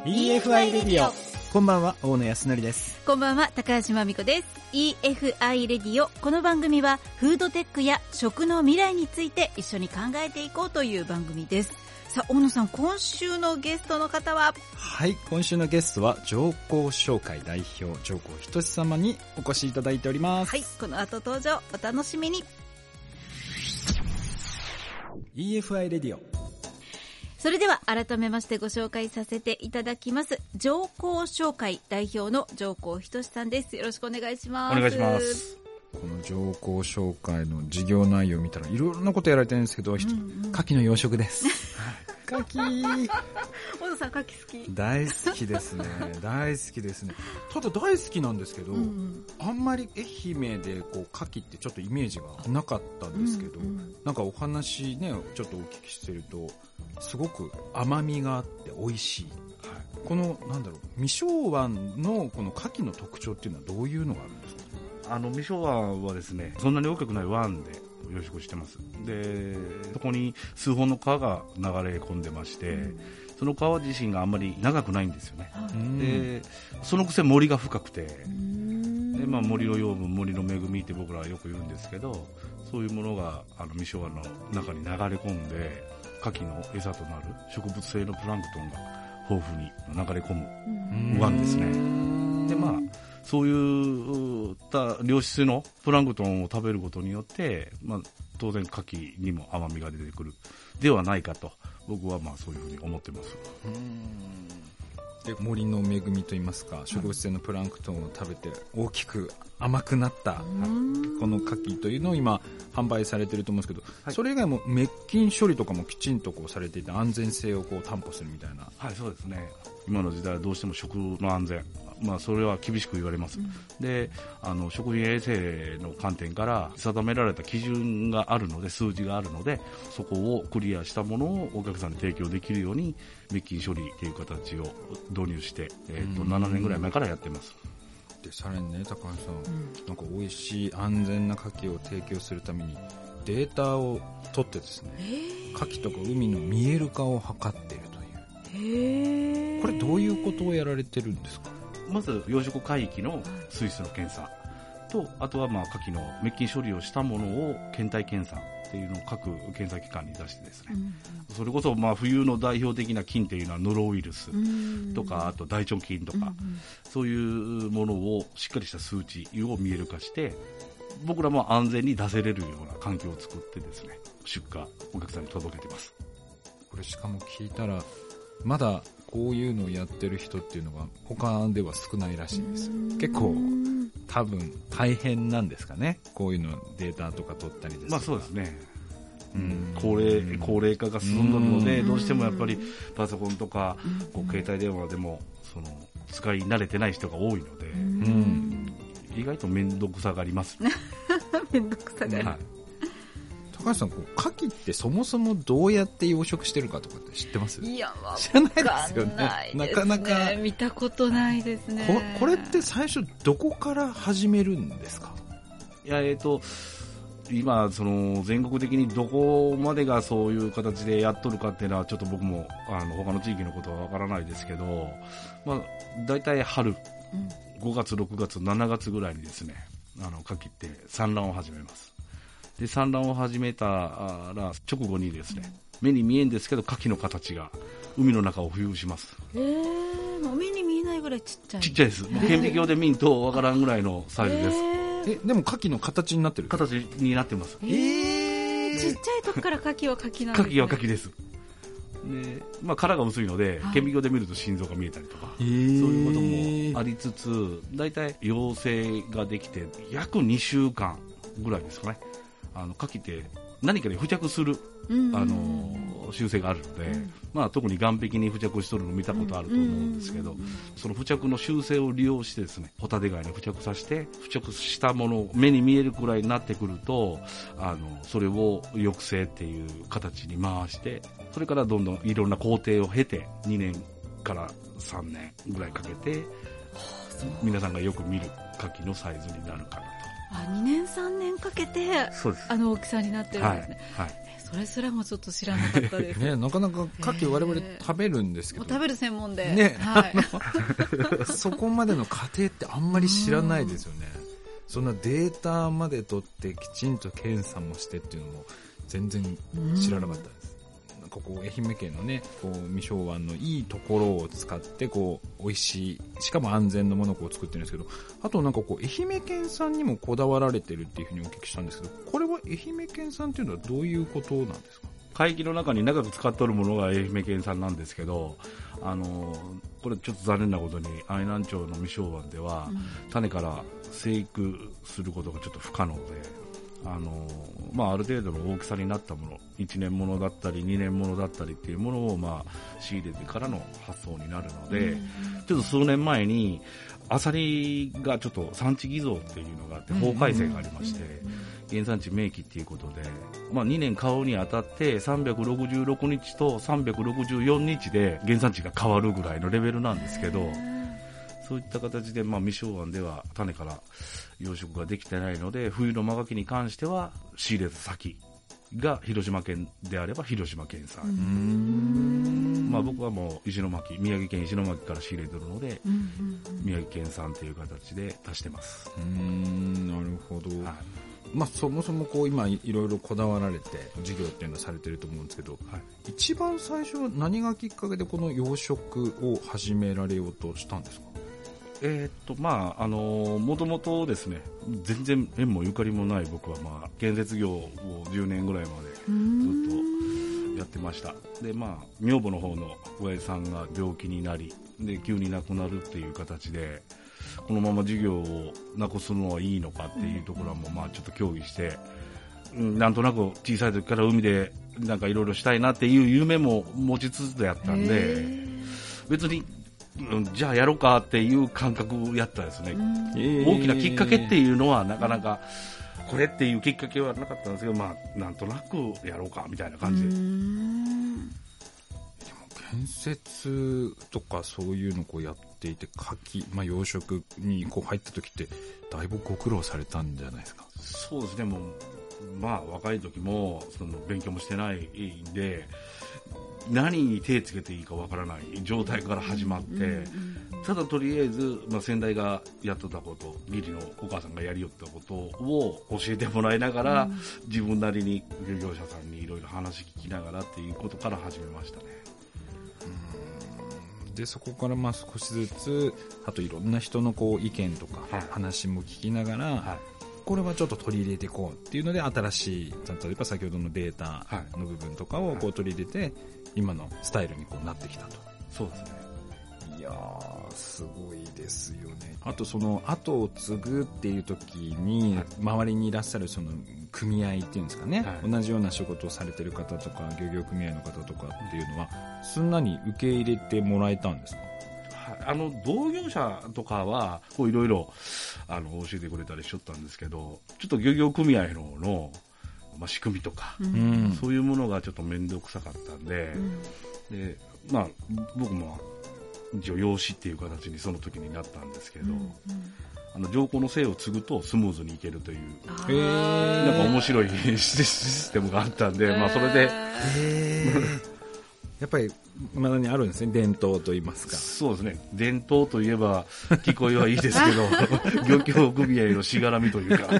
EFI レディオ。こんばんは、大野康則です。 こんばんは、高橋真美子です。 EFI レディオ。この番組はフードテックや食の未来について一緒に考えていこうという番組です。さあ、大野さん、今週のゲストの方は？ はい、今週のゲストは上皇商会代表上皇仁様にお越しいただいております。 はい、この後登場お楽しみに。 EFI レディオ。 それでは改めましてご紹介させていただきます。上皇商会代表の上皇仁さんです。よろしくお願いします。 お願いします。 この上皇商会の事業内容を見たらいろいろなことやられてるんですけど、牡蠣の養殖です牡蠣大野さん、牡蠣好き？ 大好きですね大好きですね。ただ大好きなんですけど、あんまり愛媛でこう牡蠣ってちょっとイメージがなかったんですけど、なんかお話ねちょっとお聞きしてるとすごく甘みがあって美味しい、このなんだろう、未昭湾のこの牡蠣の特徴っていうのはどういうのがあるんですか？ 未昭湾はですね、そんなに大きくない湾で養殖してます。で、そこに数本の川が流れ込んでまして、その川自身があんまり長くないんですよね。で、そのくせ森が深くて、で、森の養分、森の恵みって僕らはよく言うんですけど、そういうものが未昭湾の中に流れ込んで、牡蠣の餌となる植物性のプランクトンが豊富に流れ込む湾ですね。で、そういう良質のプランクトンを食べることによって、当然牡蠣にも甘みが出てくるではないかと、僕はそういうふうに思ってます。 で、森の恵みといいますか、植物性のプランクトンを食べて大きく甘くなったこの牡蠣というのを今販売されていると思うんですけど、それ以外も滅菌処理とかもきちんとこうされていて安全性をこう担保するみたいな。 はい、そうですね。今の時代はどうしても食の安全、それは厳しく言われます。で、食品衛生の観点から定められた基準があるので、数字があるので、そこをクリアしたものをお客さんに提供できるように滅菌処理という形を導入して、7年ぐらい前からやってます。 で、さらにね、高橋さん、なんか美味しい安全な牡蠣を提供するためにデータを取ってですね、牡蠣とか海の見える化を図っているという。これどういうことをやられてるんですか？ まず養殖海域の水質の検査と、あとは牡蠣の滅菌処理をしたものを検体検査っていうのを各検査機関に出してですね、それこそ冬の代表的な菌っていうのはノロウイルスとか、あと大腸菌とか、そういうものをしっかりした数値を見える化して、僕らも安全に出せれるような環境を作ってですね、出荷お客さんに届けてます。 これしかも聞いたらまだこういうのをやってる人っていうのが他では少ないらしいんですよ。結構多分大変なんですかね、こういうのデータとか取ったりですとか。 そうですね。高齢化が進んでるので、どうしてもやっぱりパソコンとか携帯電話でも使い慣れてない人が多いので、意外と面倒くさがります面倒くさがり、 高橋さん、牡蠣ってそもそもどうやって養殖してるかとかって知ってます？ いや、 知らないですよね。なかなか見たことないですね。 これって最初どこから始めるんですか？ いや、今全国的にどこまでがそういう形でやっとるかっていうのはちょっと僕も他の地域のことはわからないですけど、だいたい春、5月6月7月ぐらいにですね、牡蠣って産卵を始めます。で、産卵を始めたら直後にですね、目に見えんですけど牡蠣の形が海の中を浮遊します。 もう目に見えないぐらいちっちゃい。 ちっちゃいです。顕微鏡で見んとわからんぐらいのサイズです。 でも牡蠣の形になってる？ 形になってます。 ちっちゃい時から牡蠣は牡蠣なんですね。 牡蠣は牡蠣です。で、殻が薄いので、顕微鏡で見ると心臓が見えたりとか、そういうこともありつつ、だいたい幼生ができて約2週間ぐらいですかね。牡蠣って何かに付着する、習性があるので、特に岸壁に付着しとるのを見たことあると思うんですけど、その付着の習性を利用してですね、ホタテ貝に付着させて、付着したものを目に見えるくらいになってくると、それを抑制っていう形に回して、それからどんどんいろんな工程を経て、2年から3年ぐらいかけて、皆さんがよく見る牡蠣のサイズになるかなと。 2年3年かけてそうです。 大きさになってるんですね。はい。それすらもちょっと知らなかったです。 ね、なかなか牡蠣我々食べるんですけど。 食べる専門で。 ね、 はい、 そこまでの過程ってあんまり知らないですよね。そんなデータまで取ってきちんと検査もしてっていうのも全然知らなかったです。ここ愛媛県のね、こう未昭湾のいいところを使ってこう美味しい、しかも安全なものをこう作ってるんですけど、あとなんかこう愛媛県産にもこだわられてるっていうふうにお聞きしたんですけど、これは愛媛県産っていうのはどういうことなんですか？ 海域の中に長く使っておるものが愛媛県産なんですけど、これちょっと残念なことに愛南町の未昭湾では、種から生育することがちょっと不可能で、ある程度の大きさになったもの、1年ものだったり2年ものだったりっていうものを仕入れてからの発送になるので、ちょっと数年前にアサリがちょっと産地偽造っていうのがあって法改正がありまして、原産地明記っていうことで、2年買うにあたって366日と364日で原産地が変わるぐらいのレベルなんですけど、そういった形で、未昭湾では種から養殖ができてないので、冬の真牡蠣に関しては仕入れた先が広島県であれば広島県産、僕はもう石巻、宮城県石巻から仕入れてるので、宮城県産という形で出してます。 なるほど。はい、そもそもこう今いろいろこだわられて事業っていうのはされてると思うんですけど、一番最初は何がきっかけでこの養殖を始められようとしたんですか？ もともとですね、全然縁もゆかりもない僕は建設業を10年ぐらいまでずっとやってました。で、女房の方の親父さんが病気になり、で急に亡くなるっていう形で、このまま事業をなくすのはいいのかっていうところもちょっと協議して、なんとなく小さい時から海でなんかいろいろしたいなっていう夢も持ちつつやったんで、別にじゃあやろうかっていう感覚やったですね。大きなきっかけっていうのはなかなかこれっていうきっかけはなかったんですけど、なんとなくやろうかみたいな感じで。 でも建設とかそういうのをやっていて牡蠣、養殖にこう入った時ってだいぶご苦労されたんじゃないですか？ そうですね。もう若い時も勉強もしてないんで、何に手つけていいかわからない状態から始まって、ただとりあえず、先代がやってたこと、義理のお母さんがやりよったことを教えてもらいながら、自分なりに漁業者さんにいろいろ話聞きながらっていうことから始めましたね。 でそこから少しずつ、あといろんな人のこう意見とか話も聞きながら、これはちょっと取り入れていこうっていうので、新しい例えば先ほどのデータの部分とかをこう取り入れて、今のスタイルにこうなってきたと。 そうですね。 いやー、すごいですよね。あとその後を継ぐっていう時に、周りにいらっしゃるその組合っていうんですかね、同じような仕事をされてる方とか漁業組合の方とかっていうのはすんなり受け入れてもらえたんですか？ 同業者とかはいろいろ教えてくれたりしとったんですけど、ちょっと漁業組合の仕組みとか、そういうものがちょっと面倒くさかったんで、で僕も一応養子っていう形にその時になったんですけど、上皇の姓を継ぐとスムーズにいけるという、なんか面白いシステムがあったんで、それでやっぱりまだにあるんですね、伝統といいますか。 そうですね、伝統といえば聞こえはいいですけど漁協組合のしがらみというか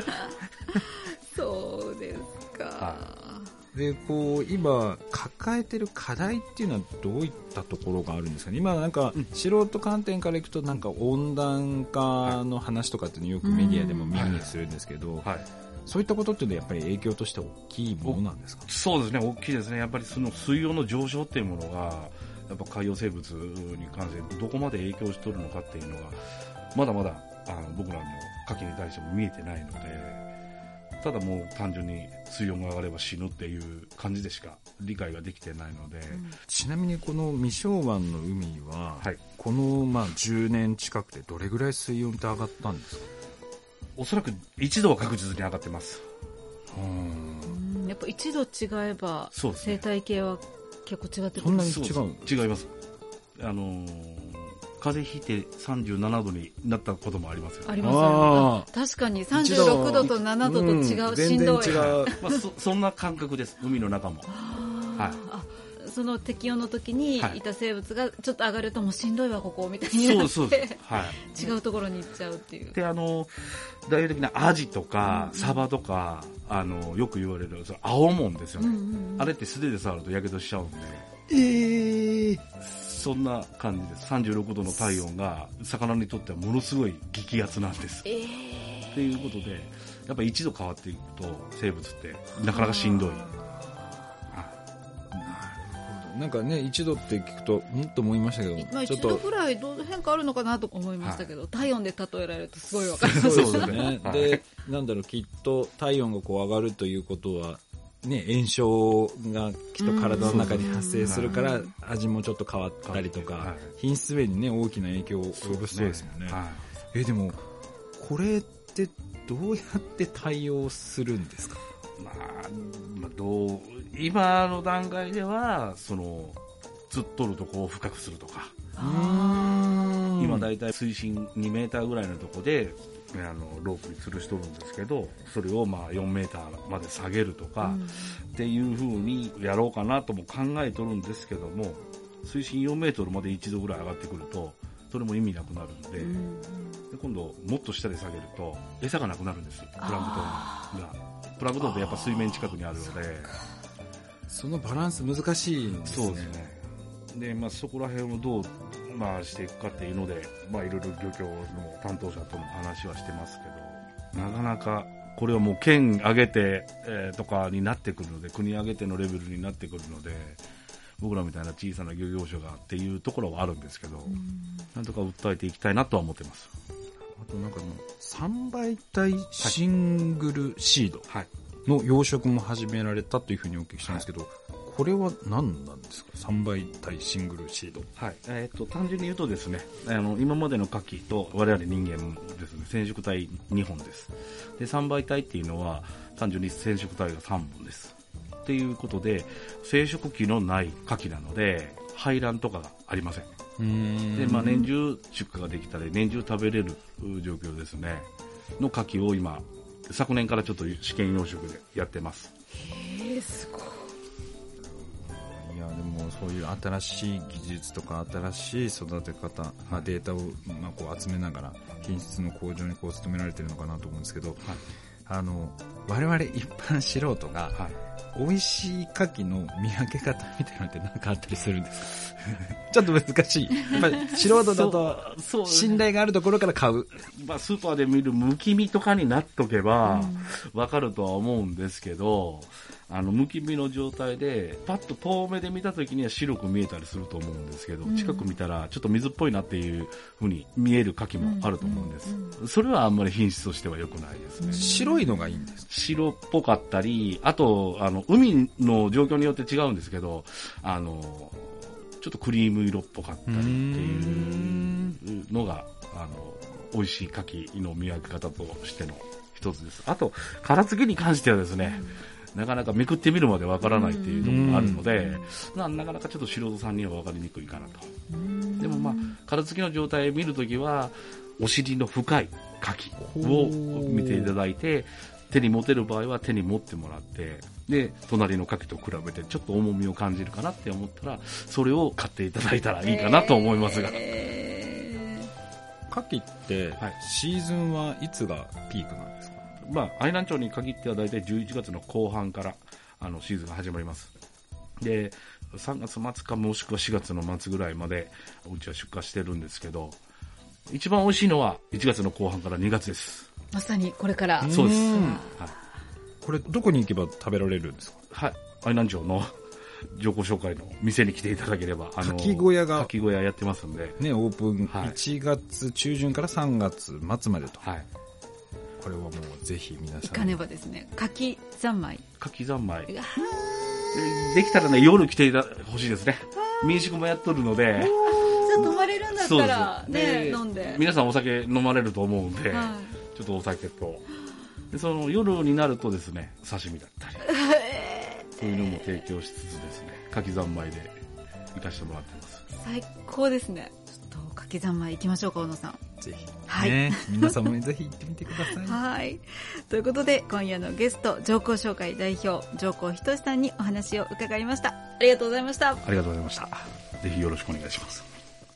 そうですか。 でこう今抱えてる課題っていうのはどういったところがあるんですかね？今なんか素人観点からいくとなんか温暖化の話とかっていうのよくメディアでも耳にするんですけど、そういったことっていうのはやっぱり影響として大きいものなんですか？ そうですね、大きいですね。やっぱりその水温の上昇っていうものがやっぱ海洋生物に関してどこまで影響しとるのかっていうのがまだまだ僕らの牡蠣に対しても見えてないので、ただもう単純に水温が上がれば死ぬっていう感じでしか理解ができてないので、 ちなみにこの未昭湾の海は、この10年近くでどれぐらい水温って上がったんですか？ おそらく1度は確実に上がってます。 やっぱ1度違えば生態系は結構違ってくる。 そんなに違う？ 違います。 風邪ひいて37度になったこともありますよね。 ありますよね。確かに36度と7度と違う、しんどい。 全然違う。 そんな感覚です、海の中も。はい。 その適温の時にいた生物がちょっと上がるともうしんどいわここみたいになって、そうです、はい、違うところに行っちゃうっていう。 で代表的なアジとかサバとかよく言われるその青もんですよね、あれって素手で触るとやけどしちゃうんで、そんな感じです。36度の体温が魚にとってはものすごい激アツなんです、っていうことでやっぱり1度変わっていくと生物ってなかなかしんどい。 なんかね、1度って聞くとと思いましたけど、 ちょっと1度ぐらいどう変化あるのかなと思いましたけど、体温で例えられるとすごい分かります。 そうですね。で、なんだろう、きっと体温がこう上がるということはね、炎症がきっと体の中に発生するから、味もちょっと変わったりとか、品質面にね大きな影響を及ぼすそうですよね。でもこれってどうやって対応するんですか？ 今の段階では釣っとるとこを深くするとか、今だいたい水深2メーターぐらいのとこでロープに吊るしとるんですけど、それを4メーターまで下げるとか、っていう風にやろうかなとも考えとるんですけども、水深4メートルまで1度ぐらい上がってくるとそれも意味なくなるんで、で今度もっと下で下げると餌がなくなるんです。プランクトンが。プランクトンってやっぱ水面近くにあるので、 そのバランス難しいんですね。 そうですね。で、そこら辺をどうしていくかっていうので、いろいろ漁協の担当者とも話はしてますけど、なかなかこれはもう県挙げて、とかになってくるので、国挙げてのレベルになってくるので、僕らみたいな小さな漁業所がっていうところはあるんですけど、なんとか訴えていきたいなとは思ってます。 あと3倍体シングルシードの養殖も始められたというふうにお聞きしたんですけど、これは何なんですか？3倍体シングルシード。 はい。単純に言うとですね、今までの牡蠣と我々人間ですね、染色体2本です。で、3倍体っていうのは単純に染色体が3本です。っていうことで、生殖期のない牡蠣なので、排卵とかがありません。で、年中出荷ができたり、年中食べれる状況ですね。の牡蠣を今、昨年からちょっと試験養殖でやってます。 すごい。 いや、でもそういう新しい技術とか新しい育て方、データをこう集めながら品質の向上にこう努められてるのかなと思うんですけど、我々一般素人が、美味しい牡蠣の見分け方みたいなのって何かあったりするんですか？ちょっと難しい。やっぱり素人だと信頼があるところから買う。 スーパーで見るむき身とかになっとけばわかるとは思うんですけど、むき身の状態でパッと遠目で見た時には白く見えたりすると思うんですけど、近く見たらちょっと水っぽいなっていう風に見える牡蠣もあると思うんです。それはあんまり品質としては良くないですね。 白いのがいいんですか？ 白っぽかったり、あと海の状況によって違うんですけど、ちょっとクリーム色っぽかったりっていうのが美味しい牡蠣の見分け方としての一つです。あと殻付きに関してはですね、なかなかめくってみるまでわからないっていうところがあるので、なかなかちょっと素人さんにはわかりにくいかなと。でも殻付きの状態を見るときはお尻の深い牡蠣を見ていただいて、手に持てる場合は手に持ってもらって、で隣の牡蠣と比べてちょっと重みを感じるかなって思ったら、それを買っていただいたらいいかなと思いますが、 牡蠣ってシーズンはいつがピークなんですか？ 愛南町に限ってはだいたい11月の後半からシーズンが始まります。で、3月末かもしくは4月の末ぐらいまでうちは出荷してるんですけど、一番美味しいのは1月の後半から2月です。 まさにこれから。 そうです。 これどこに行けば食べられるんですか？ 愛南町の情報紹介の店に来ていただければ、 牡蠣小屋が牡蠣小屋やってますんでね、オープン1月中旬から3月末までと。これはもうぜひ皆さん行かねばですね。牡蠣三昧できたらね、夜来てほしいですね。民宿もやっとるので、 泊まれるんだったらね、飲んで、 皆さんお酒飲まれると思うんで、ちょっとお酒とで、その夜になるとですね、刺身だったりそういうのも提供しつつですね、牡蠣三昧で行かせてもらってます。 最高ですね。ちょっと掛け算前行きましょうか、小野さん。 ぜひ、 はい、 ね、皆さんもぜひ行ってみてください。 はい。ということで、今夜のゲスト、上皇商会代表、上皇仁さんにお話を伺いました。ありがとうございました。 ありがとうございました。ぜひよろしくお願いします。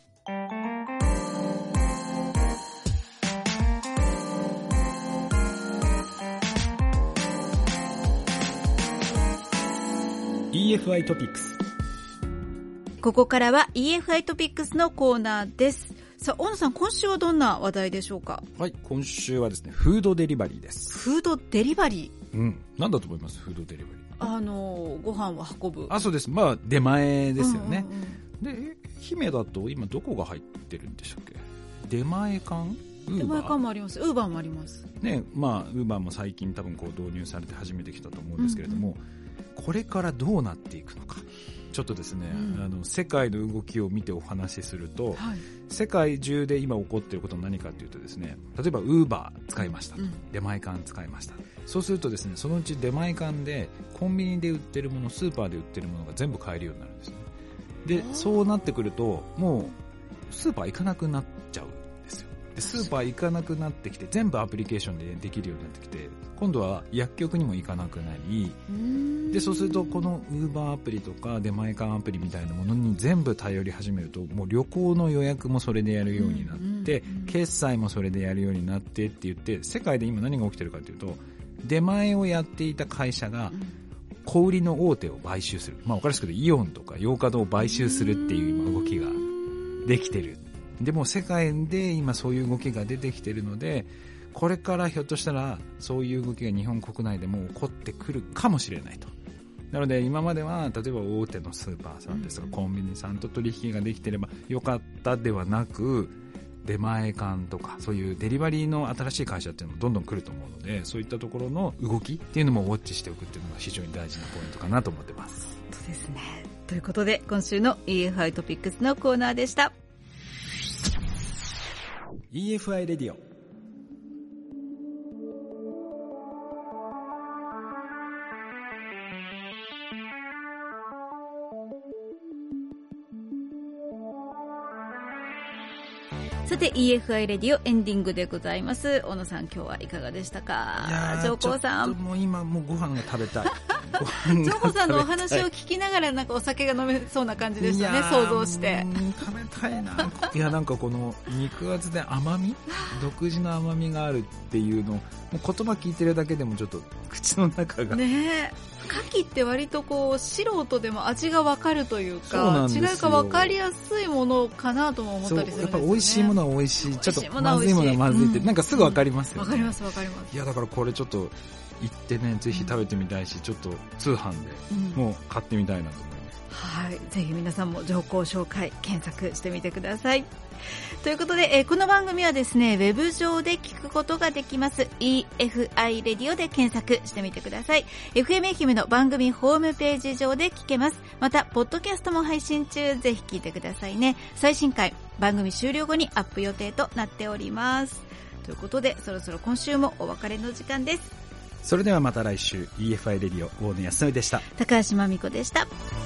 EFI トピックス。 ここからは EFI トピックスのコーナーです。さあ、大野さん、今週はどんな話題でしょうか？ はい、今週はですね、フードデリバリーです。 フードデリバリー？ うん。なんだと思います？フードデリバリー。 ご飯を運ぶ。 あ、そうです。まあ、出前ですよね。で、愛媛だと今どこが入ってるんでしたっけ？出前館？ 出前館もあります。ウーバーもあります。 ね、まあ、ウーバーも最近多分こう導入されて初めてきたと思うんですけれども、これからどうなっていくのか。ちょっとですね、世界の動きを見てお話しすると、はい、世界中で今起こっていることは何かというとですね、例えばウーバー使いました、出前館使いました。そうするとですね、そのうち出前館でコンビニで売ってるもの、スーパーで売ってるものが全部買えるようになるんですね。で、そうなってくるともうスーパー行かなくなっちゃうんですよ。で、スーパー行かなくなってきて、全部アプリケーションでできるようになってきて、今度は薬局にも行かなくなり、で、そうするとこのウーバーアプリとか出前館アプリみたいなものに全部頼り始めると、もう旅行の予約もそれでやるようになって、決済もそれでやるようになってって言って、世界で今何が起きてるかというと、出前をやっていた会社が小売りの大手を買収する、まあ、分かりやすく言うとイオンとかヨーカドーを買収するっていう今動きができてる。でも世界で今そういう動きが出てきてるので、これからひょっとしたらそういう動きが日本国内でも起こってくるかもしれないと。なので今までは例えば大手のスーパーさんですとかコンビニさんと取引ができてればよかったではなく、出前館とかそういうデリバリーの新しい会社っていうのもどんどん来ると思うので、そういったところの動きっていうのもウォッチしておくっていうのが非常に大事なポイントかなと思ってます。 そうですね。ということで今週の EFI トピックスのコーナーでした。 EFI レディオ。 さて EFI レディオエンディングでございます。小野さん、今日はいかがでしたか？上皇さん、 もう今もうご飯が食べたい。 上皇さんのお話を聞きながらなんかお酒が飲めそうな感じでしたね、想像して。 食べたいな。いや、なんかこの肉厚で甘み独自の甘みがあるっていうの、もう言葉聞いてるだけでもちょっと口の中がねえ。牡蠣って割とこう素人でも味が分かるというか、違いが分かりやすいものかなとも思ったりするんですよね。 やっぱ美味しいものは美味しい、ちょっとまずいものはまずいって、なんかすぐ分かりますよね。 分かります分かります。 いや、だからこれちょっと行ってね、ぜひ食べてみたいし、ちょっと通販でもう買ってみたいなと思います。 はい、ぜひ皆さんも上皇商会検索してみてください。ということで、この番組はですね、ウェブ上で聞くことができます。 EFI レディオで検索してみてください。 FM 愛媛の番組ホームページ上で聞けます。またポッドキャストも配信中、ぜひ聞いてくださいね。最新回番組終了後にアップ予定となっております。ということで、そろそろ今週もお別れの時間です。 それではまた来週。 EFI レディオ、大野康則でした。 高橋真美子でした。